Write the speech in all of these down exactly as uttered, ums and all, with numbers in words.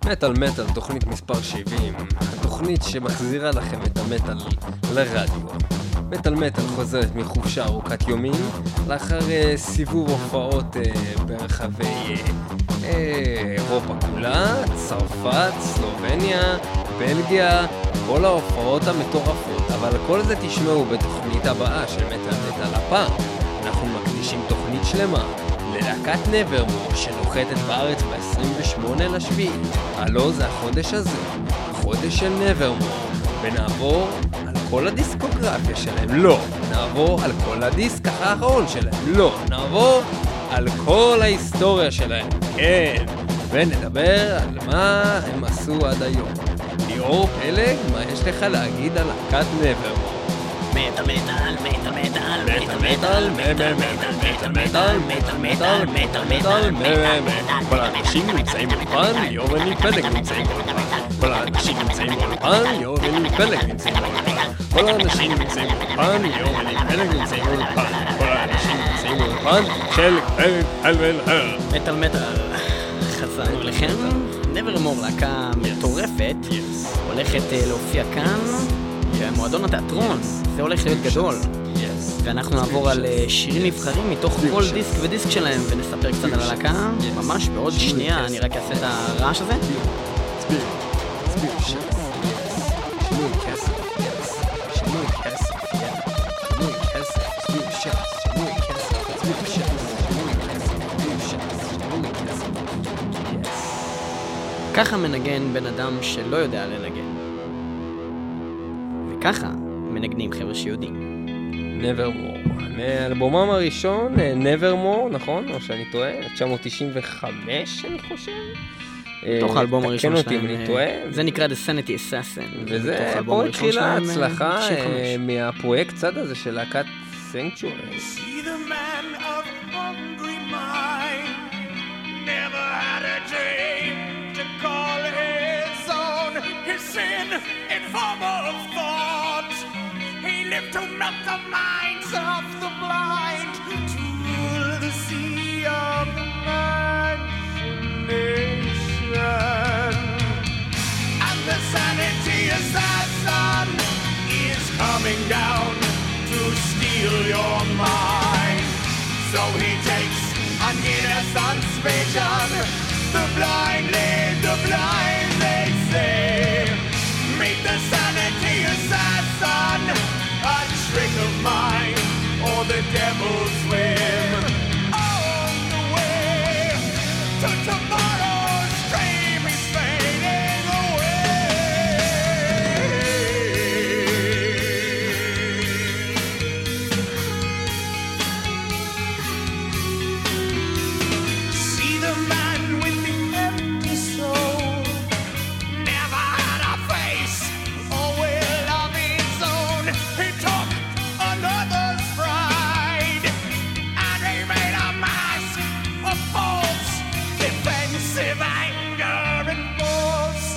מטל מטל, תוכנית מספר שבעים, התוכנית שמחזירה לכם את המטל לרדיו. מטל מטל חוזרת מחופשה ארוכת יומין, לאחר uh, סיבוב הופעות uh, ברחבי uh, אירופה כולה, צרפת, סלובניה, בלגיה, כל ההופעות המטורפות, אבל כל זה תשמעו בתוכנית הבאה של מטל מטל הפעם. אנחנו מקדישים תוכנית שלמה ללהקת נברמור שנוחתת בארץ ב-עשרים ושמונה לשביעי. הלא זה החודש הזה, החודש של נברמור, ונעבור על כל הדיסקוגרפיה שלהם. לא, נעבור על כל הדיסק האחרון שלהם. לא, נעבור על כל ההיסטוריה שלהם. כן, ונדבר על מה הם עשו עד היום. ליאור פלג, מה יש לך להגיד על להקת נברמור? מטל מטל, מטל מטל, מטל מטל, מטל מטל, מטל מטל, מטל מטל, מטל מטל. כל האנשים נמצאים באולפן, ליאור וניל פלג נמצאים באולפן. כל האנשים נמצאים באולפן, ליאור וניל פלג נמצאים באולפן. כל האנשים נמצאים באולפן, ליאור וניל פלג נמצאים באולפן. כל האנשים נמצאים באולפן של פלג אלבל. מטל מטל, חזרנו לכם. נברמור, להקה מטורפת, הולכת להופיע כאן במועדון התיאטרון. זה הולך להיות גדול, ואנחנו נעבור על שירים נבחרים מתוך כל דיסק ודיסק שלהם ונספר קצת על הלהקה. ממש בעוד שנייה אני רק אעשה את הרעש הזה. ככה מנגן בן אדם שלא יודע לנגן, וככה מנגנים חבר'ה שיודעים. נברמור, מאלבומם הראשון, נברמור, נכון? או שאני טועה? אלף תשע מאות תשעים וחמש אני חושב? תוך האלבום הראשון שלהם, אני טועה. זה נקרא The Sanity Assassin. וזה פה התחילה הצלחה מהפרויקט צד הזה של להקת Sanctuary. See the man of hungry mind never had a dream to call his own, his sin in form of thought. He lived to melt the minds of the blind, to rule the sea of imagination. And the sanity assassin is coming down to steal your mind. So he takes an innocent vision, the blind lead the blind, they say. Meet the sanity assassin, a trick of mine, or the devil's whim. On the way to tomorrow's dream is fading away. See the man with the empty soul, never had a face or will of his own. He took another's pride, and he made a mask of false defensive anger and false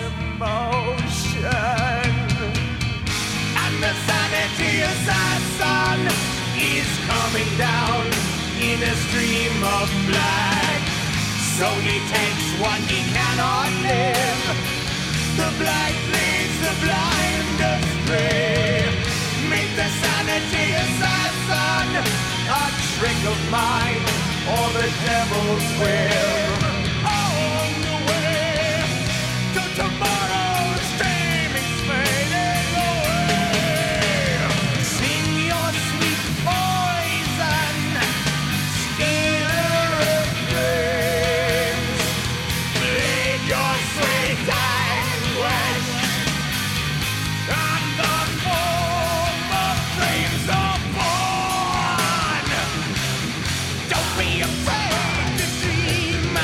emotion. And the sanity assassin is coming down in a stream of black. So he takes what he cannot live, the black leads the blind astray. Meet the sanity assassin, a trick of mine, or the devil's whim. On the way to tomorrow's dream is fading away. Sing your sweet poison, stealer of dreams. Bleed your sweet anguish, and the form of dreams are born. Don't be afraid to dream.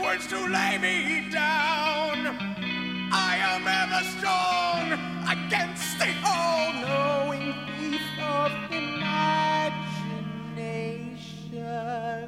words to lay me down. I am ever strong against the all-knowing thief of imagination.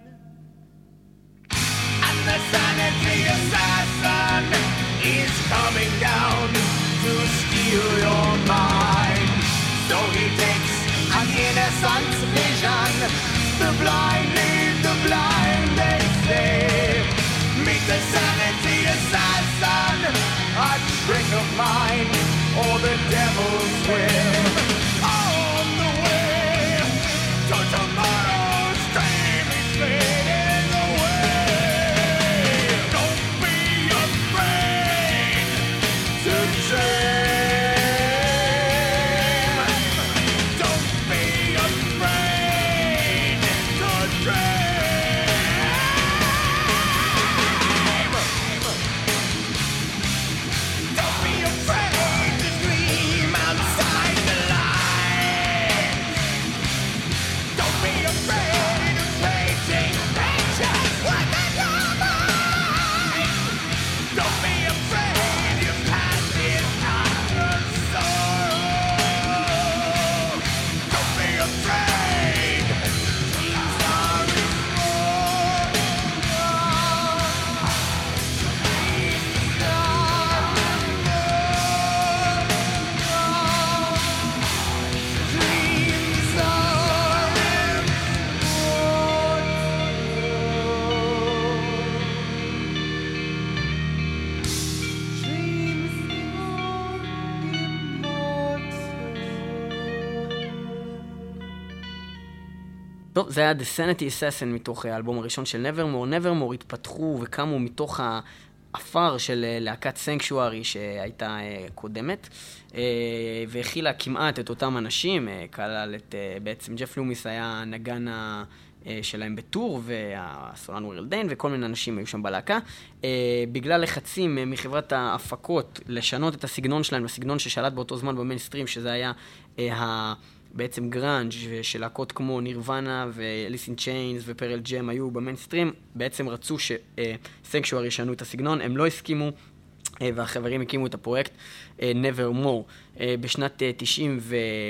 And the sanity assassin is coming down to steal your mind. So he takes an innocent vision. The blind lead the blind, they say. Meet the sanity assassin, a trick of mine, or the devil's will. On the way to tomorrow's dream is fading away. Don't be afraid to dream. Don't be afraid to dream. Don't be afraid to dream outside the lines. Don't be afraid of painting pictures within your mind. Don't be afraid you've had this kind of sorrow. Don't be afraid. Dreams are restored. Dreams are Dreams טוב, זה היה The Sanity Assassin מתוך האלבום הראשון של Nevermore. Nevermore התפתחו וקמו מתוך האפר של להקת סנקשוארי שהייתה קודמת, והכילה כמעט את אותם אנשים, כלל את, בעצם ג'ף לומיס היה הנגן שלהם בטור, והסולן ווירל דיין, וכל מיני אנשים היו שם בלהקה. בגלל לחצים מחברת ההפקות לשנות את הסגנון שלהם, הסגנון ששלט באותו זמן במיינסטרים, שזה היה ה... בעצם גראנג' של להקות כמו נירוונה ואליס אין צ'יינס ופרל ג'ם היו במיינסטרים, בעצם רצו שסנקשוארי ישנו את הסגנון, הם לא הסכימו, והחברים הקימו את הפרויקט Nevermore. בשנת תשעים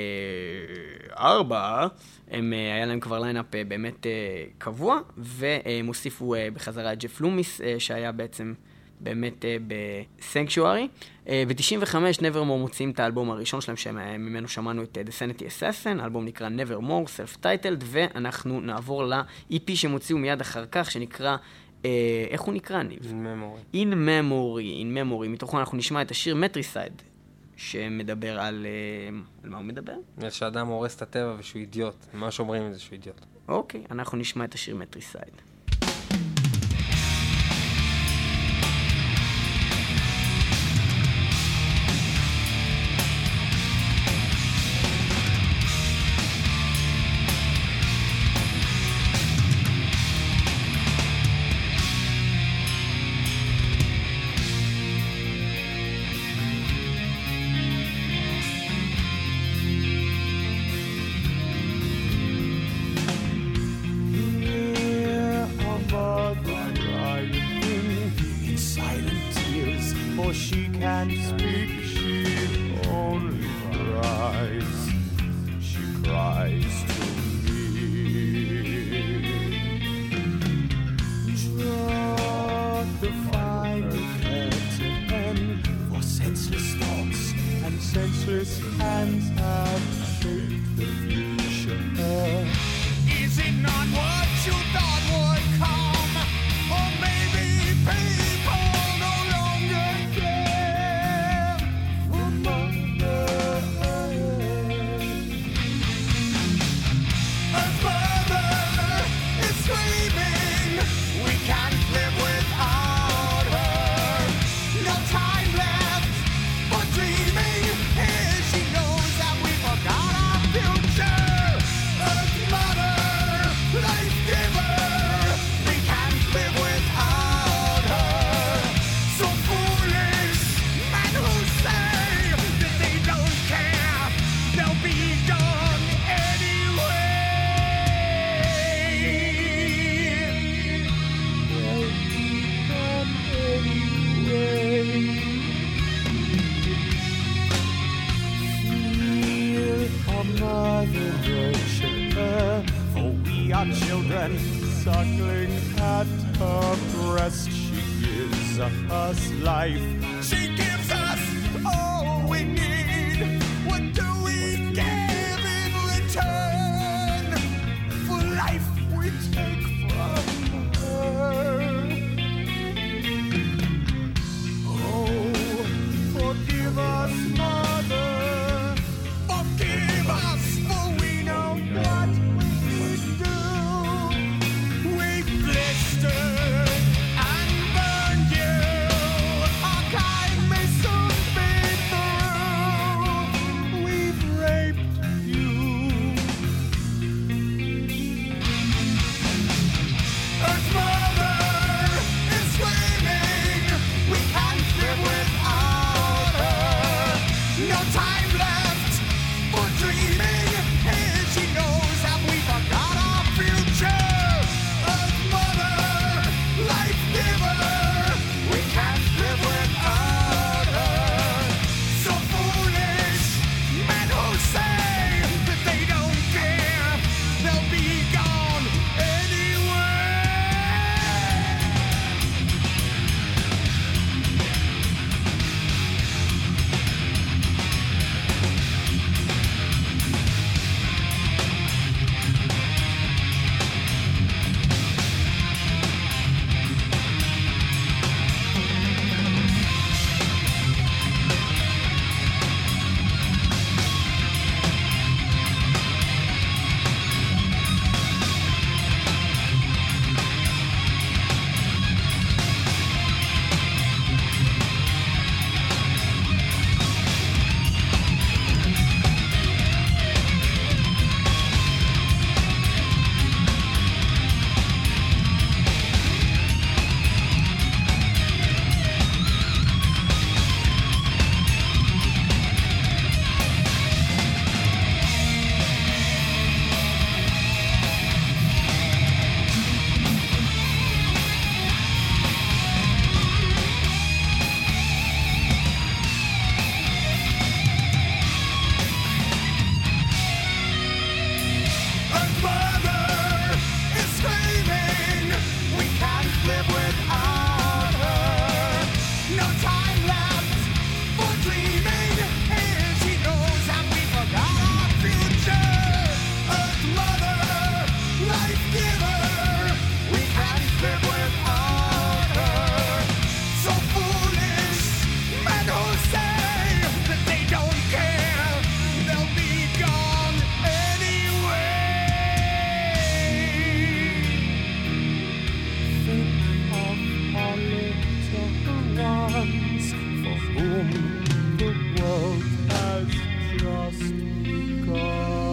וארבע הם, היה להם כבר ליינאפ באמת קבוע, והם הוסיפו בחזרה את ג'ף לומיס, שהיה בעצם באמת בסנקשוארי. ב-תשעים וחמש Nevermore מוציאים את האלבום הראשון שלהם, שממנו שמענו את The Sanity Assassin, האלבום נקרא Nevermore, Self-Titled, ואנחנו נעבור ל-אי פי שמוציאו מיד אחר כך, שנקרא, איך הוא נקרא, ניב? In Memory. In Memory, In Memory. מתוכו אנחנו נשמע את השיר Metricide, שמדבר על... על מה הוא מדבר? על שאדם הורס את הטבע ושהוא אידיוט. מה שאומרים את זה שהוא אידיוט. אוקיי, אנחנו נשמע את השיר Metricide. Dreaming, here she knows how us life. She gives us all we need. What do we give in return for life we take from her? Oh, forgive us, Mother. Forgive us, for we know what we do. We blistered and burned you. Our kind may soon be through. We've raped you. Earth's mother is screaming. We can't live without her. No time left for dreaming. Here she knows, have we forgot our future? Earth mother, life giver, we can't live without her. So foolish, men who say that they don't care, they'll be gone anyway. Earth mother is screaming. We can't live without her. No time left for dreaming. Here she knows, have we forgot our future? Earth mother, life giver, we can't live without her. So foolish, men who say that they don't care, they'll be gone anyway. Think of our little ones for whom the world has just begun.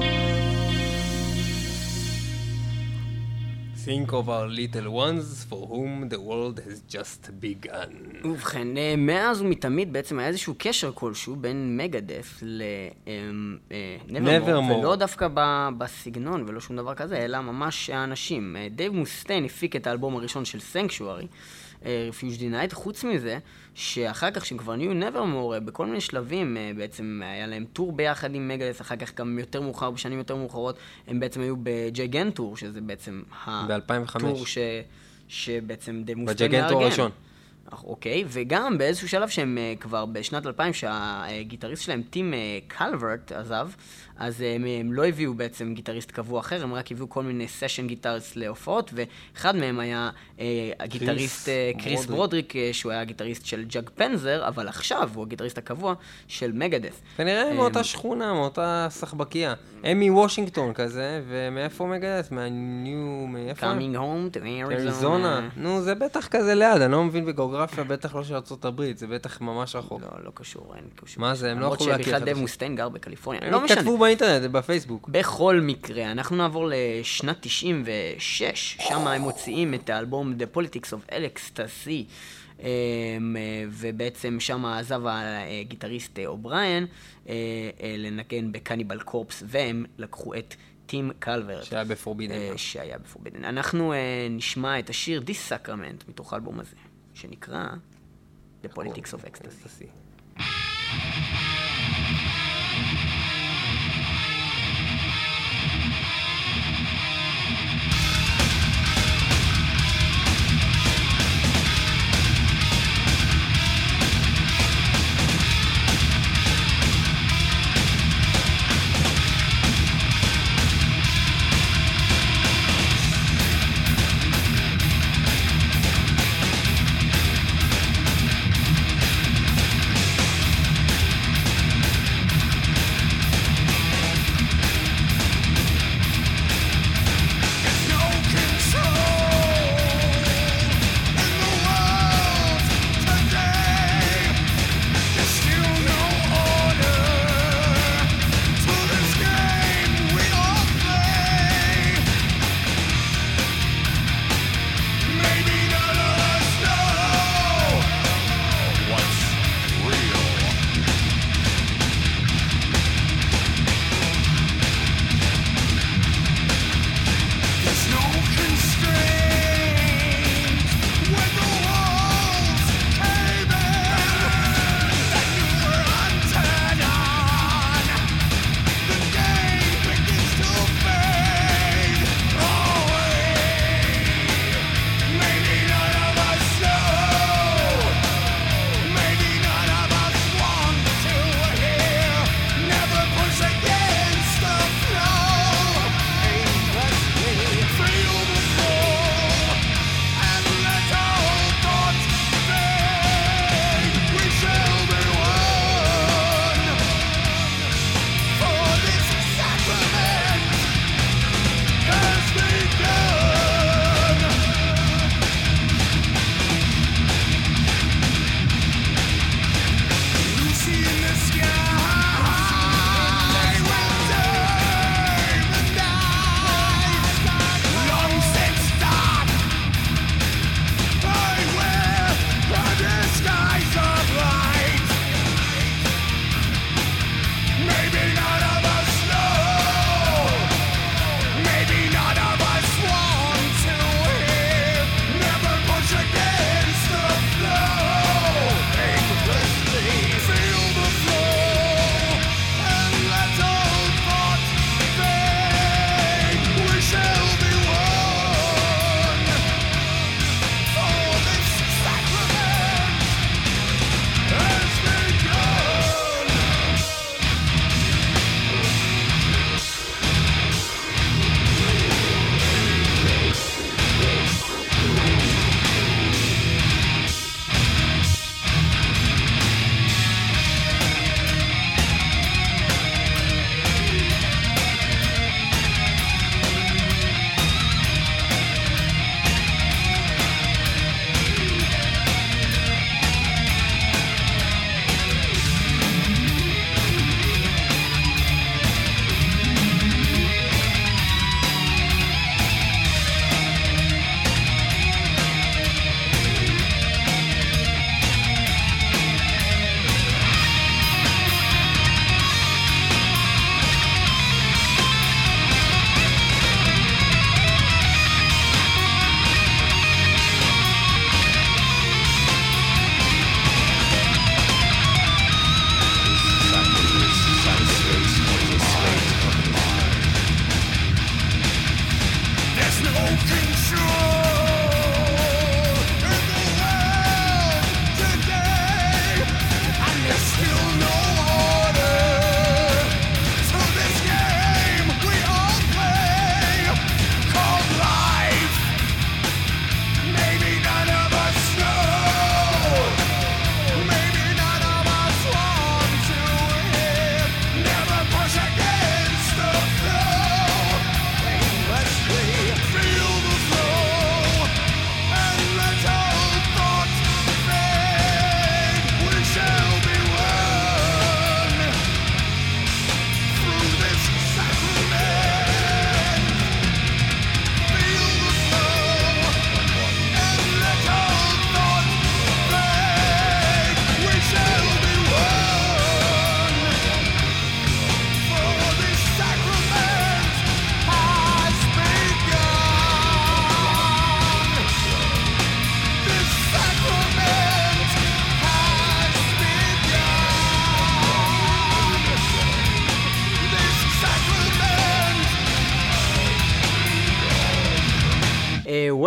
Think of our little ones for whom the world has just begun. ובכן, אה, מאז ומתמיד בעצם היה איזשהו קשר כלשהו בין מגדף לנברמור, Nevermore. ולא דווקא ב- בסגנון ולא שום דבר כזה, אלא ממש האנשים. אה, דייב מוסטיין הפיק את האלבום הראשון של סנקשוארי, Refuge Denied, חוץ מזה, שאחר כך שהם כבר נהיו נברמור, בכל מיני שלבים, אה, בעצם היה להם טור ביחד עם מגדף, אחר כך גם יותר מאוחר, בשנים יותר מאוחרות, הם בעצם היו בג'ייגן טור, שזה בעצם ב-אלפיים וחמש. הטור ש... שבעצם דייב מוסטיין בג'ייגן טור מארגן. הראשון. אוקיי, וגם באיזשהו שלב שהם uh, כבר בשנת אלפיים, שהגיטריסט שלהם, טים uh, קלברט, עזב, אז הם, הם לא הביאו בעצם גיטריסט קבוע אחר, הם רק הביאו כל מיני סשן גיטריסט להופעות, ואחד מהם היה uh, הגיטריסט uh, קריס ברודריק, uh, שהוא היה הגיטריסט של ג'אג פנזר, אבל עכשיו הוא הגיטריסט הקבוע של מגדף. כנראה מאותה שכונה, מאותה סחבקיה. הם מוושינגטון כזה, ומאיפה מגדף? מהניו... מאיפה? Coming home to Arizona. אריזונה. נו, זה בטח כזה ליד, אני לא מבין בגיאוגרפיה, בטח לא של ארצות הברית, זה בטח ממש רחוק. לא, לא קשור, אין קשור. מה זה, הם לא יכולו להכיר למרות אחד שבכלל דייב לשני. מוסטיין גר בקליפורניה. הם לא משנה. כתבו באינטרנט, זה בפייסבוק. בכל מקרה, אנחנו נעבור לשנת תשעים ושש, שם הם מוציאים את האלבום The Politics of Ecstasy, ובעצם שם עזב הגיטריסט אובריין לנגן בקניבל קורפס, והם לקחו את טים קלברט. שהיה בפורבידן. שהיה בפורבידן. אנחנו נשמע את השיר This Sacrament מתוך האלבום הזה, שנקרא The Politics of Ecstasy. Ecstasy.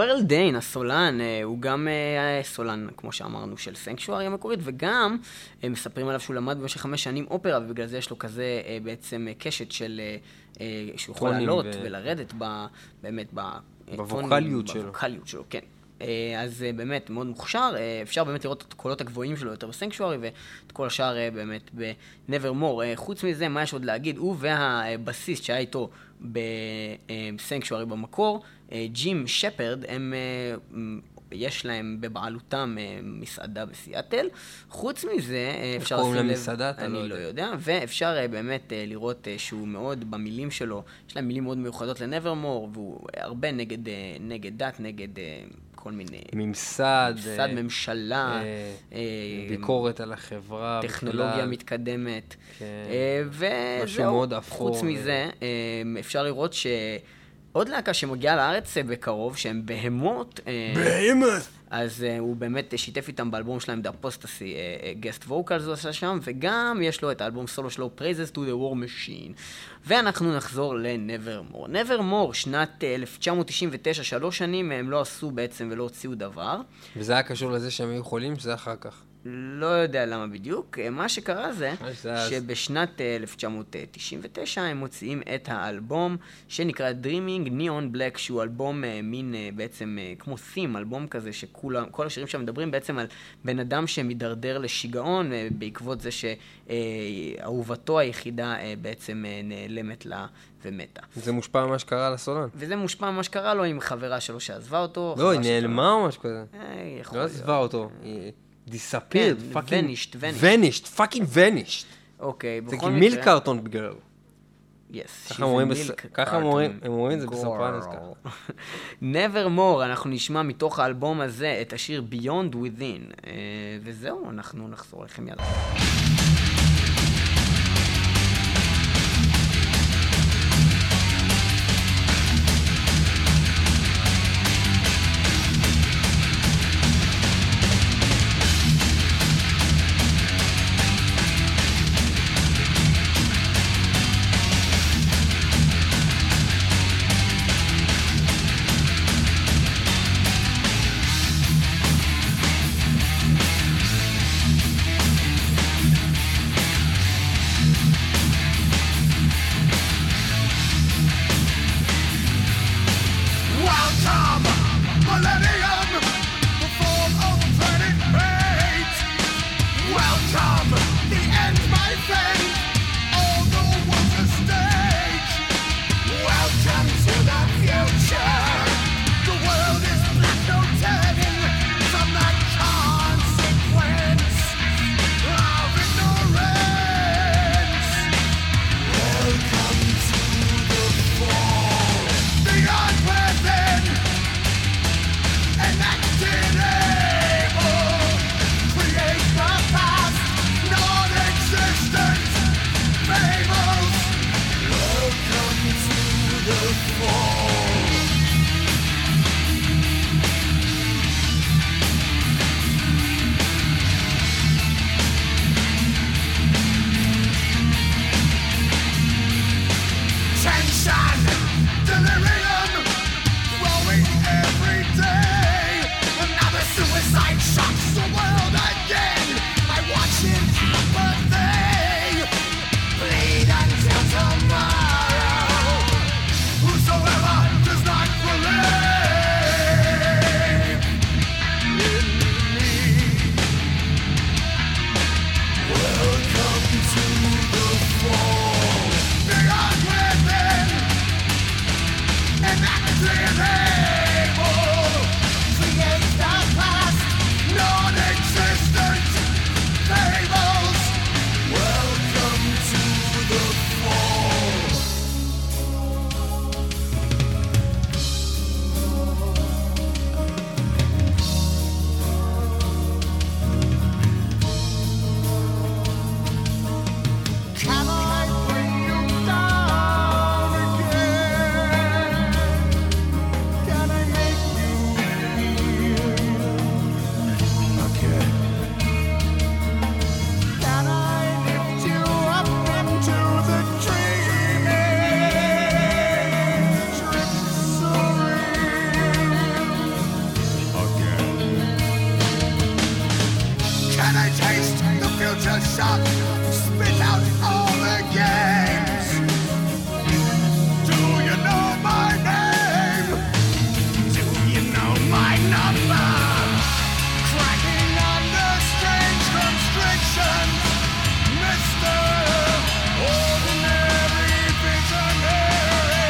קרל דיין, הסולן, הוא גם סולן, כמו שאמרנו, של סנקשוארי המקורית, וגם מספרים עליו שהוא למד במשך חמש שנים אופרה, ובגלל זה יש לו כזה בעצם קשת של, שהוא יכול לעלות ו... ולרדת ב, באמת בווקליות שלו. בווקליות שלו, כן. אז באמת מאוד מוכשר, אפשר באמת לראות את הקולות הגבוהים שלו יותר בסנקשוארי, ואת כל השאר באמת ב-Nevermore. חוץ מזה, מה יש עוד להגיד? הוא והבסיסט שהיה איתו בסנקשוארי במקור, ג'ים שפרד, הם, יש להם בבעלותם מסעדה בסיאטל. חוץ מזה, אפשר קוראים להם מסעדה? אני לא יודע. ואפשר באמת לראות שהוא מאוד במילים שלו, יש להם מילים מאוד מיוחדות ל-Nevermore, והוא הרבה נגד, נגד דת, נגד כל מיני... ממסד. ממסד, ממשלה. ביקורת על החברה. טכנולוגיה מתקדמת. משהו מאוד אפור. חוץ מזה, אפשר לראות ש... עוד להקה שמגיעה לארץ בקרוב, שהם בהמות. בהמות! אז uh, הוא באמת שיתף איתם באלבום שלהם, The Apostasy, uh, Guest Vocals הוא עשה שם, וגם יש לו את האלבום סולו שלו, Praises to the War Machine. ואנחנו נחזור ל-Nevermore. Nevermore, שנת אלף תשע מאות תשעים ותשע, שלוש שנים, הם לא עשו בעצם ולא הוציאו דבר. וזה היה קשור לזה שהם היו חולים, שזה אחר כך. לא יודע למה בדיוק. מה שקרה זה שבשנת אלף תשע מאות תשעים ותשע הם מוציאים את האלבום שנקרא Dreaming Neon Black, שהוא אלבום מין בעצם כמו theme, אלבום כזה שכל השירים שם מדברים בעצם על בן אדם שמדרדר לשיגעון בעקבות זה שאהובתו היחידה בעצם נעלמת לה ומתה. זה מושפע ממה שקרה לסולן. וזה מושפע ממה שקרה לו עם חברה שלו שעזבה אותו. לא, היא נעלמה או משהו כזה. לא עזבה אותו. disappeared, fucking vanished, vanished. vanished, fucking vanished. אוקיי, בכל מקרה. מקרה. זה כאילו מיל קארטון גרל. Yes, ככה הם אומרים את זה בסופרנוס ככה. Nevermore, אנחנו נשמע מתוך האלבום הזה את השיר Beyond Within. וזהו, אנחנו נחזור לכם יאללה. When I taste the future shop, spit out all the games. Do you know my name? Do you know my number? Cracking under strange constrictions, Mister Ordinary Visionary.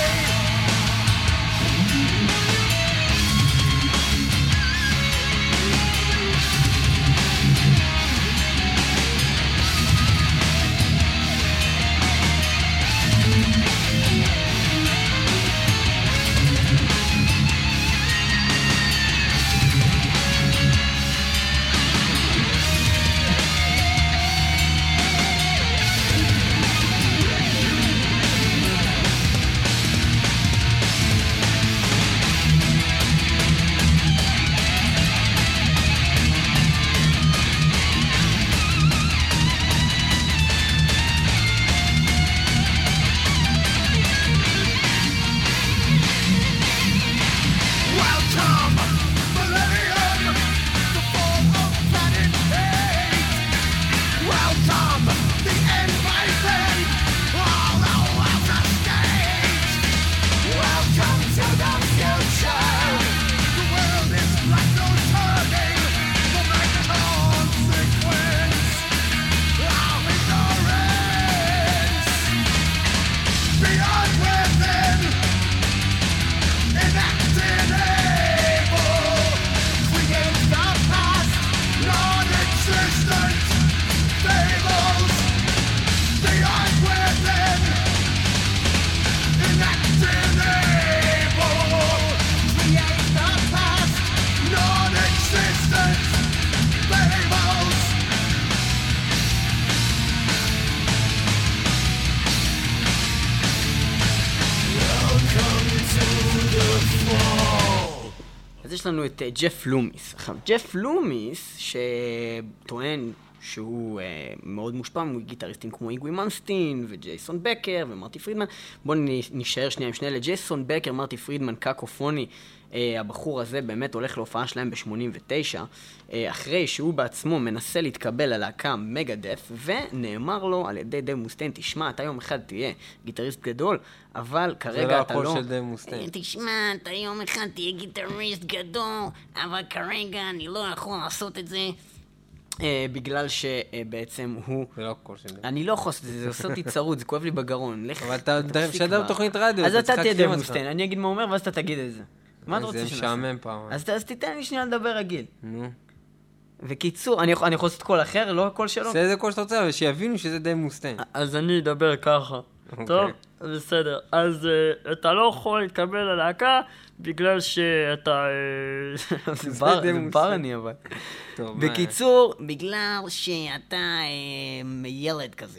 Welcome, millennium, the fall of planet hate. Welcome, the end, my friend, all the welter state. Welcome to the future. The world is like no turning from the consequence of ignorance. Beyond within, enacted evil, create the past, non-existent fables. Beyond within, enacted evil, create the past, non-existent fables. Welcome to the fall. אז יש לנו את אה, ג'ף לומיס. עכשיו, ג'ף לומיס, שטוען שהוא אה, מאוד מושפע מגיטריסטים כמו איגוי מנסטין וג'ייסון בקר ומרטי פרידמן. בואו נשאר שנייה עם שני אלה. ג'ייסון בקר, מרטי פרידמן, קקופוני. אה, הבחור הזה באמת הולך להופעה שלהם ב-שמונים ותשע, אה, אחרי שהוא בעצמו מנסה להתקבל ללהקה מגדף, ונאמר לו על ידי דייב מוסטיין, תשמע, אתה יום אחד תהיה גיטריסט גדול, אבל כרגע אתה לא... זה לא הקול של דייב מוסטיין. תשמע, אתה יום אחד תהיה גיטריסט גדול, אבל כרגע אני לא יכול לעשות את זה. אה, בגלל שבעצם הוא... זה לא הקול של דייב. אני לא יכול לעשות את זה, זה עושה אותי צרות, זה כואב לי בגרון. לך, אבל אתה תפסיק משדר כבר. בתוכנית רדיו, אז אתה אתה צריך תהיה להקדים דייב אותך. מוסטיין, אני אגיד מה הוא אומר, ואז אתה תגיד את זה. מה אתה רוצה זה שנעשה? משעמם פעם. אז, אז תיתן לי שנייה לדבר רגיל. נו. וקיצור, אני, יכול- אני יכול לעשות קול אחר, לא קול שלו? זה איזה קול שאתה רוצה, אבל שיבינו שזה דייב מוסטיין. אז אני אדבר ככה. אוקיי. טוב, בסדר. אז uh, אתה לא יכול להתקבל ללהקה בגלל שאתה... uh, זה בר- זה דמוס. ברני אבל. טוב, מה- בקיצור, בגלל שאתה אה, ילד כזה.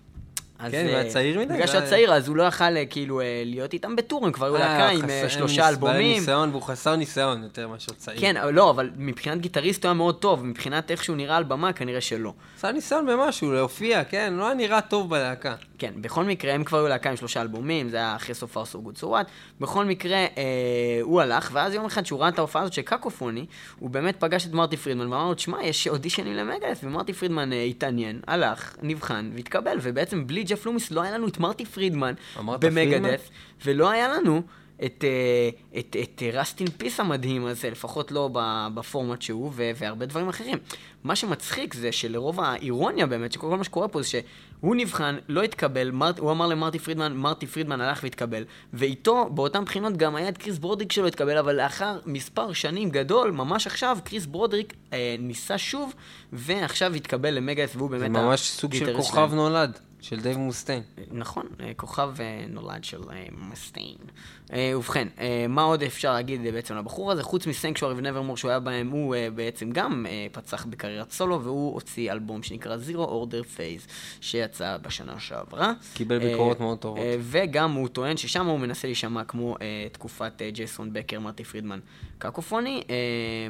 אז, כן, אה, ואת צעיר מדי, בגלל זה- שאת צעיר, אז הוא לא יכל אה, כאילו אה, להיות איתם בטור, הם כבר היו להקה עם אה, חסר- שלושה הם אלבומים. ניסיון, והוא חסר ניסיון יותר מאשר צעיר. כן, אבל לא, אבל מבחינת גיטריסט הוא היה מאוד טוב, מבחינת איך שהוא נראה על במה, כנראה שלא. חסר ניסיון במשהו, להופיע, כן, לא היה נראה טוב בלהקה. כן, בכל מקרה, הם כבר היו להקה עם שלושה אלבומים, זה היה אחרי סוף פארס או גוד סוואט. בכל מקרה, אה, הוא הלך, ואז יום אחד שהוא ראה את ההופעה הזאת של קקופוני, הוא באמת פגש את מרטי פרידמן, ואמר לו, תשמע, יש אודישנים למגדף, ומרטי פרידמן אה, התעניין, הלך, נבחן, והתקבל, ובעצם בלי ג'ף לומיס לא היה לנו את מרטי פרידמן אמרת פרידמן? במגדף, ולא היה לנו את, אה, את, את אה, רסט אין פיס המדהים הזה, לפחות לא ב- בפורמט שהוא, ו- והרבה דברים אחרים. מה שמצחיק זה שלרוב האירוניה באמת, שכל מה שקורה פה זה שהוא נבחן, לא התקבל, מרט, הוא אמר למרטי פרידמן, מרטי פרידמן הלך והתקבל, ואיתו באותן בחינות גם היה את קריס ברודריק שלא התקבל, אבל לאחר מספר שנים גדול, ממש עכשיו, קריס ברודריק אה, ניסה שוב, ועכשיו התקבל למגדף, והוא באמת זה ממש סוג של הגיטריסט כוכב שלהם. נולד, של דייב מוסטיין. נכון, אה, כוכב אה, נולד של אה, מסטיין. אה, ובכן, אה, מה עוד אפשר להגיד אה, בעצם לבחור הזה? חוץ מסנקשוארי ונברמור שהוא היה בהם, הוא אה, בעצם גם אה, פצח בקריירת סולו, והוא הוציא אלבום שנקרא Zero Order Phase, שיצא בשנה שעברה. קיבל אה, ביקורות מאוד טובות. אה, וגם הוא טוען ששם הוא מנסה להישמע כמו אה, תקופת אה, ג'ייסון בקר, מרטי פרידמן, קקופוני, אה,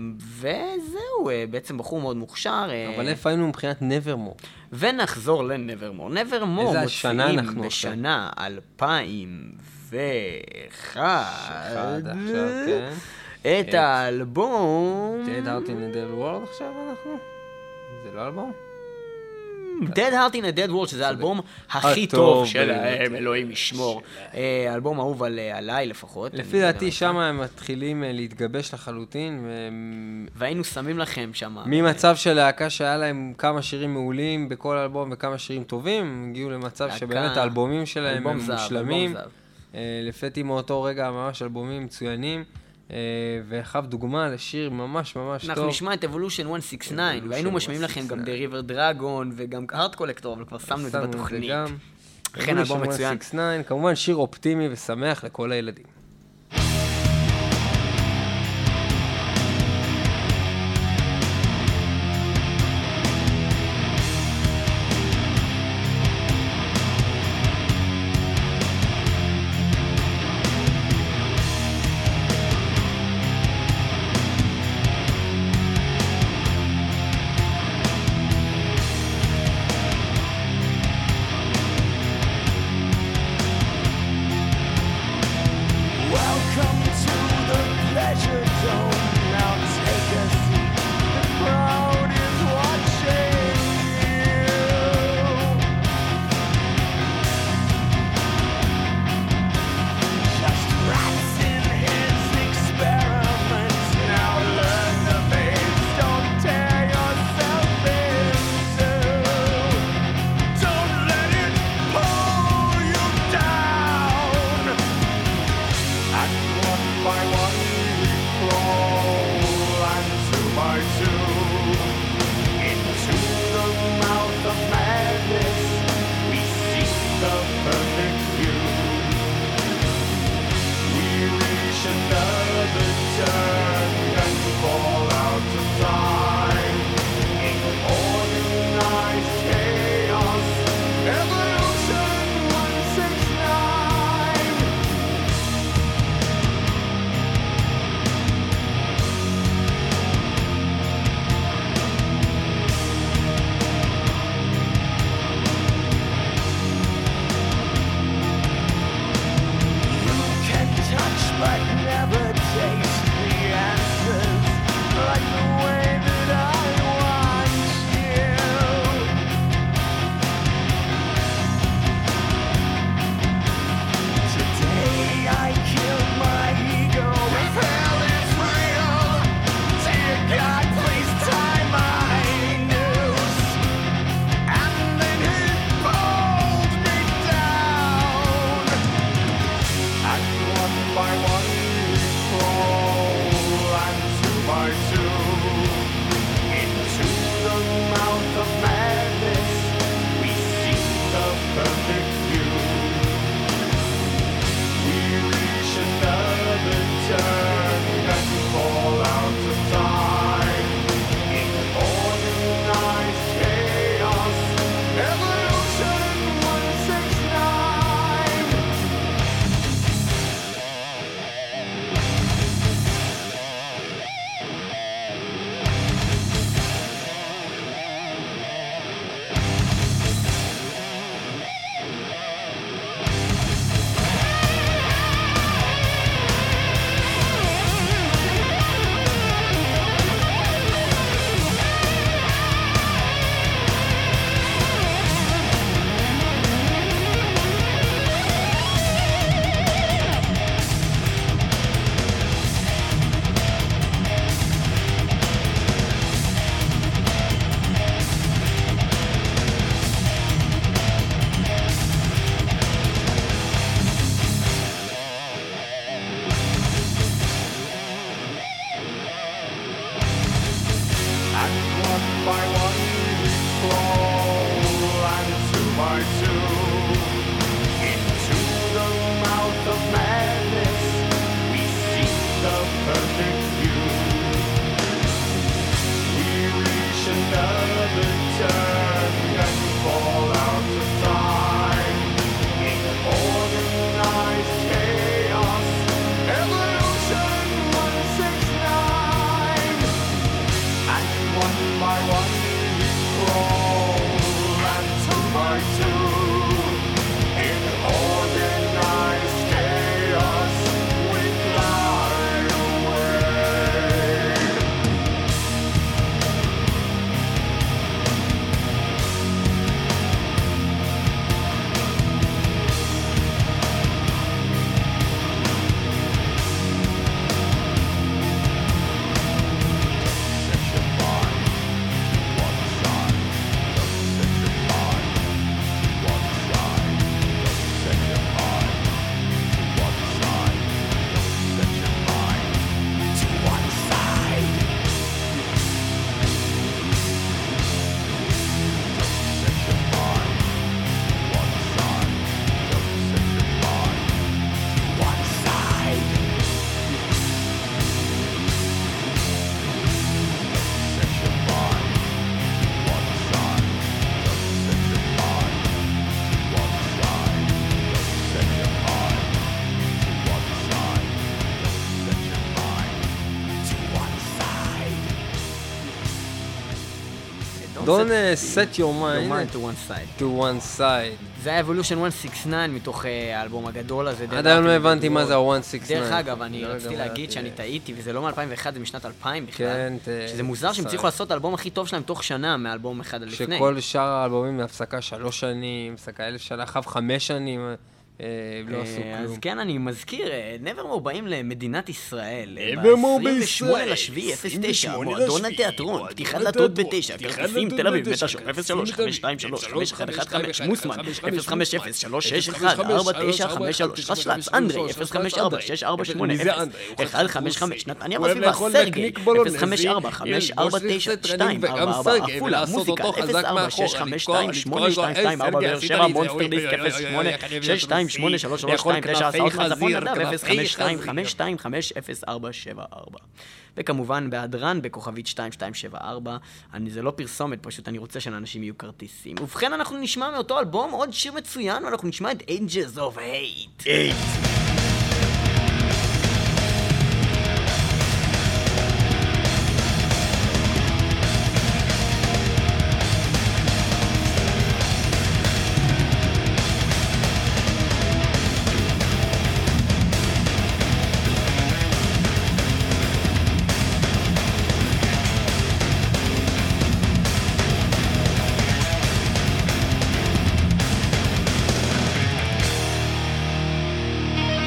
וזהו, אה, בעצם בחור מאוד מוכשר. אה, אבל איפה היינו מבחינת נברמור? ונחזור לנברמור. נברמור איזה השנה מוציאים אנחנו עכשיו? בשנה אלפיים ואחת אחד עכשיו, כן. את האלבום... Dead Out in the Dead World עכשיו אנחנו? זה לא אלבום? Dead Heart in a Dead World, שזה האלבום הכי הטוב טוב ביותר. שלהם, אלוהים ישמור. אה, אלבום אהוב על- עליי לפחות. לפי דעתי שם הם מתחילים אה, להתגבש לחלוטין, והם- והיינו שמים לכם שם. ממצב של להקה שהיה להם כמה שירים מעולים בכל אלבום וכמה שירים טובים, הם הגיעו למצב להקה- שבאמת האלבומים שלהם אלבום הם זהב, מושלמים. אלבום זהב. אה, לפי מאותו רגע ממש אלבומים מצוינים, אה, ואחב דוגמה לשיר ממש ממש טוב. אנחנו נשמע את Evolution מאה שש עשרה, והיינו משמיעים לכם גם The River Dragon וגם Heart Collector, אבל כבר שמנו את זה שמנו בתוכנית. גם. אכן אלבום Evolution מצוין. מאה שש עשרה, כמובן שיר אופטימי ושמח לכל הילדים. Welcome to the pleasure zone. Now take a seat. The crowd is watching you. Just rats in his experiments. Now learn the base. Don't tear yourself into. Don't let it pull you down. And one by one we crawl, and two by two, into the mouth of madness, we seek the perfect view. We reach another turn and fall out of time in organized chaos. Evolution one six nine. You can touch but never taste the answers, like the way that I want you. Today I killed my ego. If hell is real, dear God, please tie my noose. And then he pulled me down. And one by one we crawl, and two by two, into the mouth of madness, we seek the perfect view. We reach another turn and fall out of time in organized chaos. Evolution one six nine. And one by one we crawl, and two by two, into the mouth of madness, we seek the perfect view. We reach another turn and fall out of time in organized chaos. Evolution one six nine. And one by one we crawl, Don't uh, set your your mind mind to one side. to one side. זה היה Evolution מאה שש עשרה מתוך אה, האלבום הגדול הזה. עד היום לא הבנתי מה זה ה-מאה שש עשרה. דרך אגב, אני לא רציתי יודע מה להגיד זה. שאני טעיתי, וזה לא מ-אלפיים ואחת, זה משנת אלפיים בכלל. כן, ת- שזה מוזר שהם ישראל. הצליחו לעשות את האלבום הכי טוב שלהם תוך שנה מאלבום אחד על לפני. שכל שאר האלבומים מהפסקה שלוש שנים, הפסקה אלף שנה, אחר חמש שנים, אה, לא עשו אה, כלום. אז כן, אני מזכיר, נברמור באים למדינת ישראל. Nevermore ב-עשרים ושמונה בישראל. לשביעי אפס תשע, עשרים ושמונה מועדון לשביעי, התיאטרון, מועדון פתיחת התיאטרון, דלתות בתשע, פתיחת כרטיסים דלתות תל אביב, בתשע, מטאשו, אפס שלוש, חמש שתיים שלוש, חמש אחד אחד חמש, מוסמן, אפס חמש אפס שלוש שש אחד ארבע תשע חמש שלוש, רשל"צ, אנדרי, אפס חמש ארבע שש ארבע שמונה אפס, אחד חמש חמש, נתניה בסביבה, סרגי, אפס חמש ארבע חמש ארבע תשע שתיים ארבע ארבע, עפולה, מוזיקה, אפס ארבע שש חמש שתיים שמונה שתיים שתיים ארבע, באר שבע, מונסטר דיסק, אפס שמונה שש שתיים שמונה שלוש שלוש שתיים תשע, הסעות מהצפון נדב, אפס חמש שתיים חמש שתיים חמש אפס ארבע שבע ארבע. וכמובן בהדרן בכוכבית שתיים שתיים שבע ארבע. אני, זה לא פרסומת, פשוט אני רוצה שלאנשים יהיו כרטיסים. ובכן, אנחנו נשמע מאותו אלבום עוד שיר מצוין, ואנחנו נשמע את Angels of Hate. Angels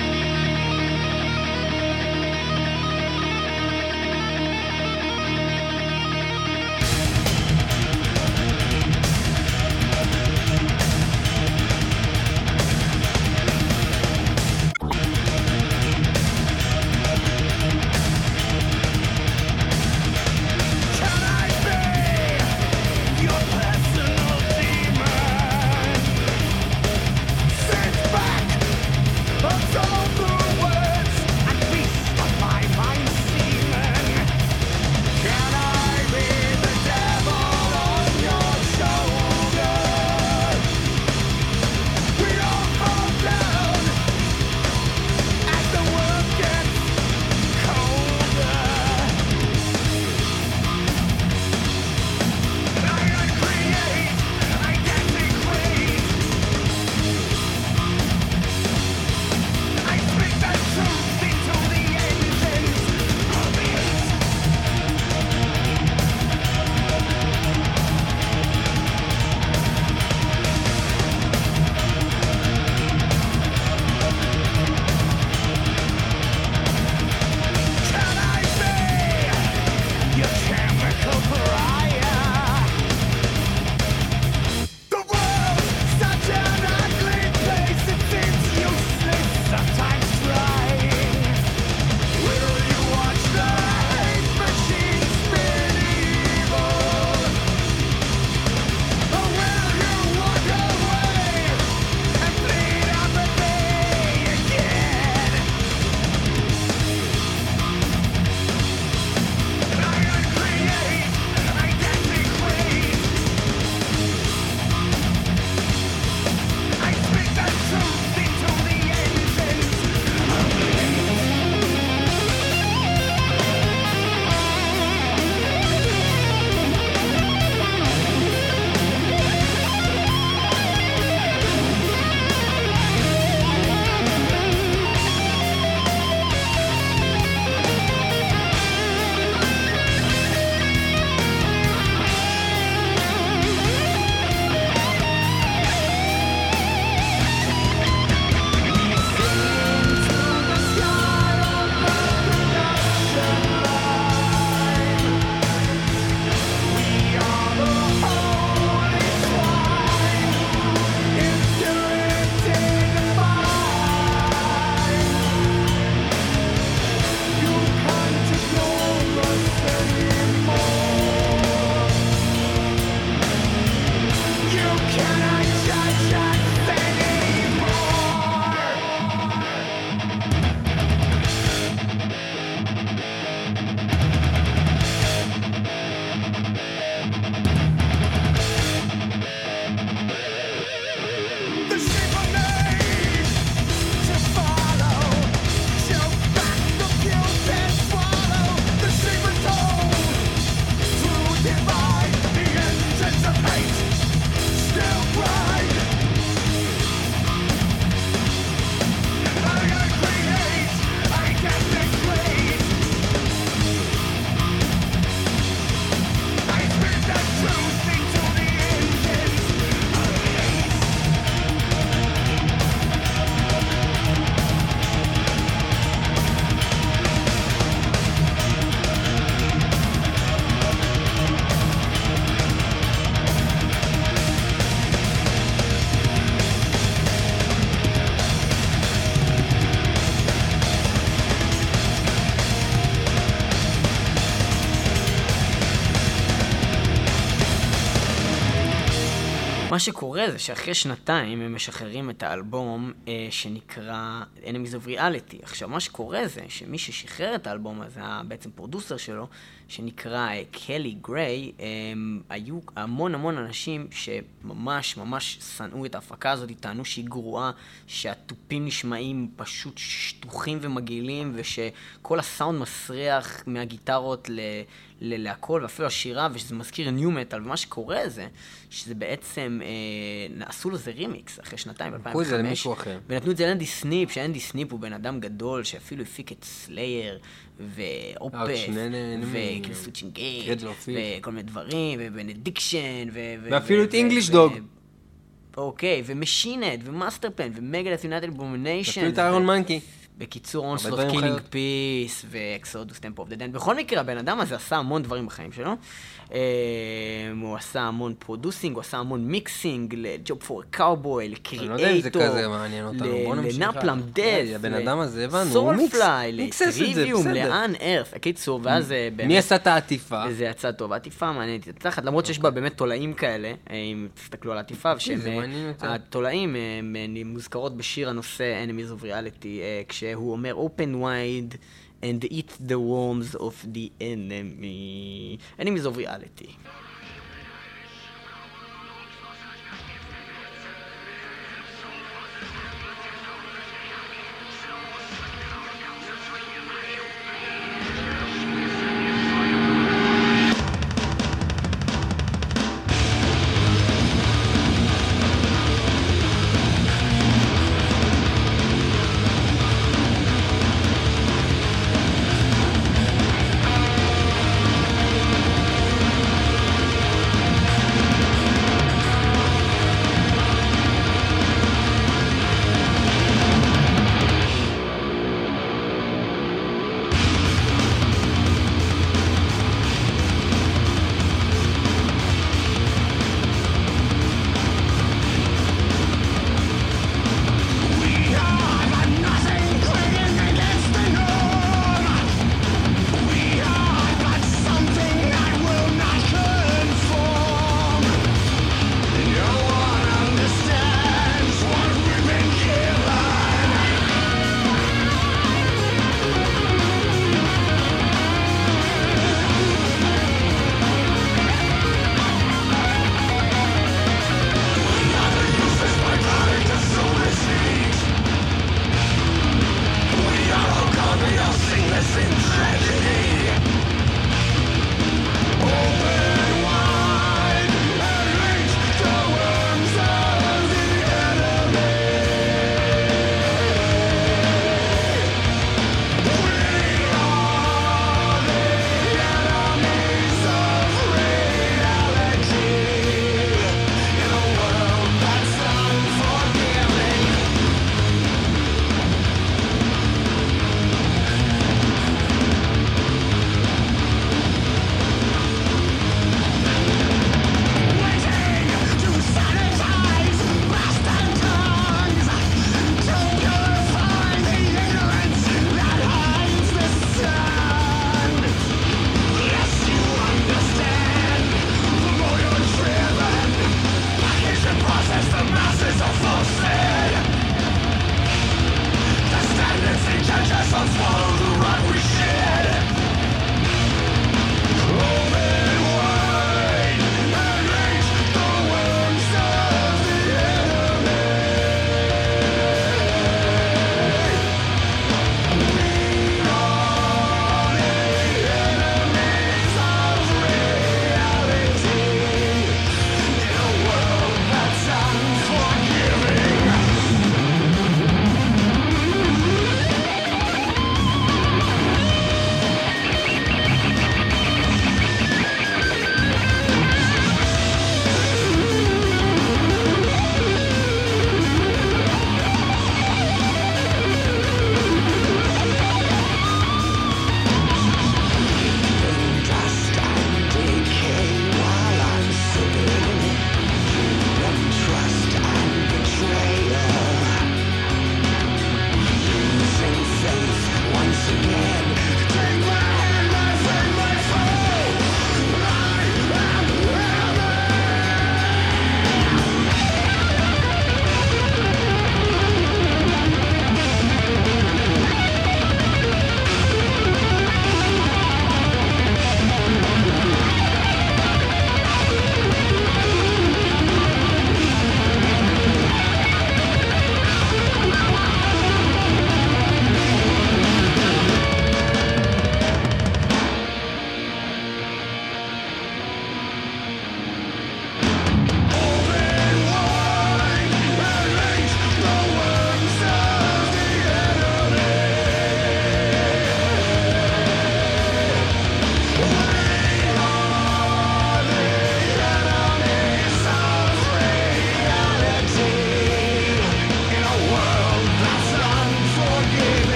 מה שקורה זה שאחרי שנתיים הם משחררים את האלבום אה, שנקרא Enemies of Reality. עכשיו, מה שקורה זה שמי ששחרר את האלבום הזה, בעצם פרודוסר שלו, שנקרא אה, קלי גריי, אה, היו המון המון אנשים שממש ממש שנאו את ההפקה הזאת, טענו שהיא גרועה, שהטופים נשמעים פשוט שטוחים ומגעילים, ושכל הסאונד מסריח מהגיטרות ל... להכל, ואפילו השירה, ושזה מזכיר ניו מטל, ומה שקורה זה, שזה בעצם, אה, עשו לו זה רימיקס, אחרי שנתיים, ב-אלפיים וחמש, זה למישהו אחר. ונתנו את זה לאנדי סניפ, שאנדי סניפ הוא בן אדם גדול, שאפילו הפיק את סלייר, ואופף, וקלסוצ'ינג גייט, וכל מיני דברים, ובנדיקשן, ואפילו את אינגליש דוג. אוקיי, ומשינד, ומאסטר פלן, ומגדס יונייטד בומניישן. ואפילו את איירון מנקי. בקיצור, אונסלוט קילינג פיס ואקסודוס טמפו אוף דה דן. בכל מקרה, הבן אדם הזה עשה המון דברים בחיים שלו. הוא עשה המון פרודוסינג, הוא עשה המון מיקסינג לג'וב פור קאובוי, לקריאייטור, לנפלם דף, הבן אדם הזה הבנו, סולפליי, לטריוויום, לאן ארף. הקיצור, ואז באמת... מי עשה את העטיפה? זה יצא טוב, העטיפה מעניינת תחת, למרות שיש בה באמת תולעים כאלה, אם תסתכלו על העטיפה, שהתולעים מוזכרות בשיר הנושא Enemies of Reality, כשהוא אומר open wide and eat the worms of the enemy. Enemies of Reality.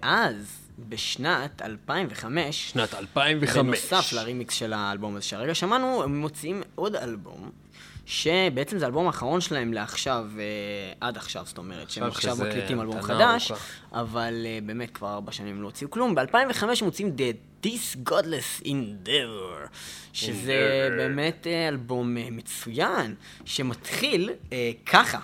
ואז, בשנת אלפיים וחמש, שנת אלפיים וחמש. בנוסף לרימיקס של האלבום הזה שהרגע שמענו, הם מוציאים עוד אלבום, שבעצם זה האלבום האחרון שלהם לעכשיו, עד עכשיו, זאת אומרת, שהם עכשיו מקליטים אלבום חדש, אבל באמת כבר ארבע שנים לא הוציאו כלום. ב-אלפיים וחמש מוציאים The This Godless Endeavor, שזה באמת אלבום מצוין, שמתחיל ככה.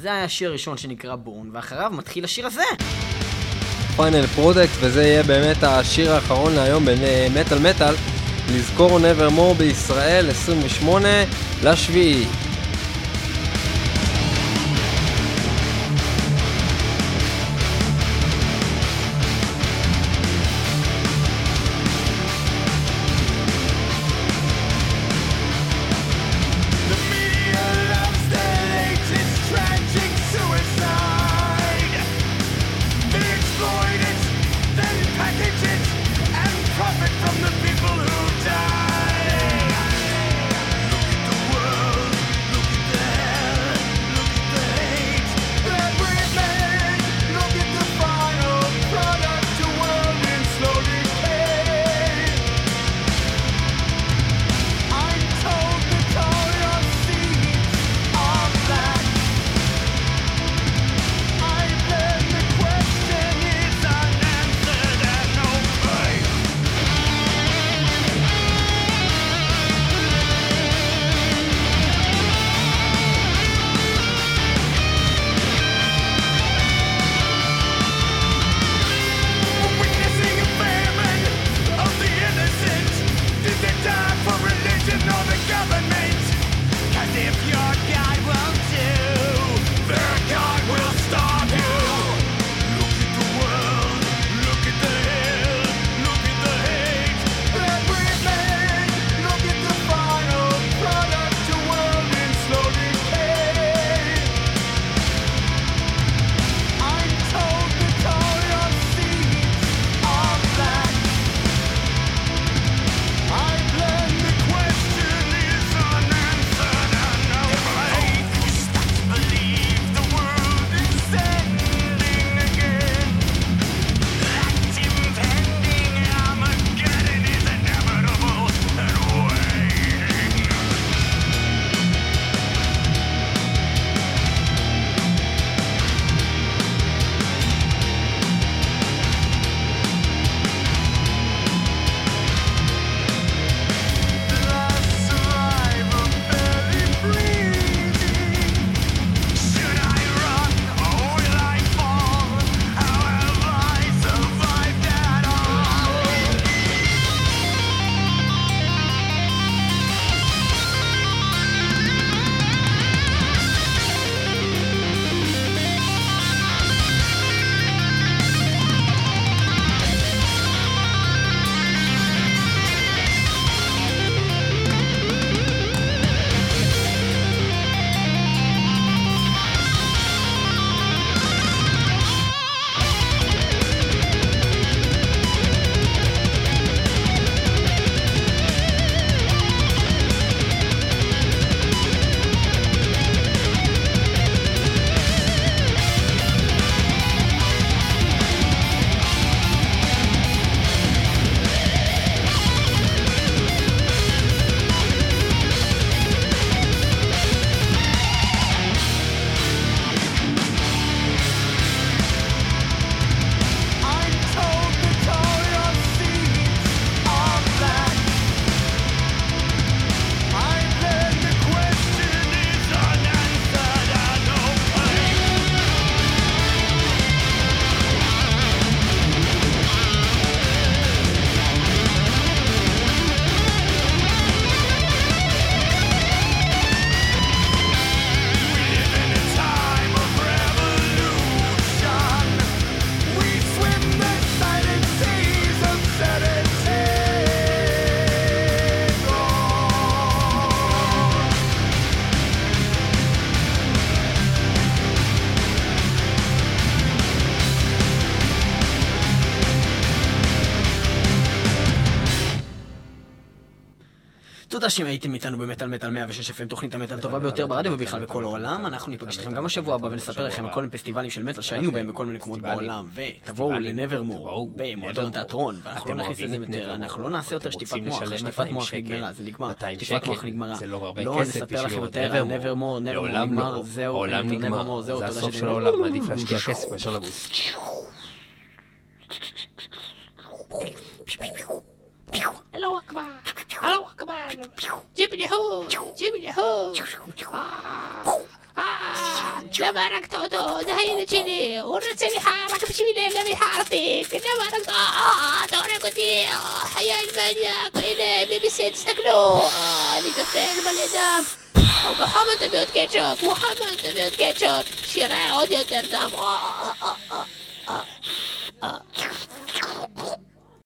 זה היה השיר הראשון שנקרא בורן, ואחריו מתחיל השיר הזה. פיינל פרודקט, וזה יהיה באמת השיר האחרון להיום במטל מטל. לזכור Nevermore בישראל, עשרים ושמונה לשביעי. תודה שאם הייתם איתנו במטל מטל מאה ושש אף אם, תוכנית המטל הטובה ביותר ברדיו ובכלל בכל העולם. אנחנו ניפגש לכם גם בשבוע הבא ונספר לכם על כל מיני פסטיבלים של מטל שהיינו בהם בכל מיני מקומות בעולם, ותבואו לנברמור במועדון התיאטרון, ואנחנו לא נכניס לזה יותר, אנחנו לא נעשה יותר שטיפת מוח, שטיפת מוח נגמרה, זה נגמר, שטיפת מוח נגמרה, לא נספר לכם יותר על נברמור, נברמור נגמר, זהו, נברמור, זהו, זה הסוף של העולם, עדיף להשקיע כסף מאשר לבוס. Hello, Akbar. Hello, Akbar. Jibbity hoo, jibbity hoo. Ah, ah. למה הרגת אותו? זה הילד שלי, הוא רוצה לך רק בשבילי, גם יחרתי. למה הרגת? אה, אתה הורג אותי, חייל מניאק, הנה, ביביסט, תסתכלו, אני נופל מלא דם. מוחמד תביא עוד קטשופ, מוחמד תביא עוד קטשופ, שיראה עוד יותר דם.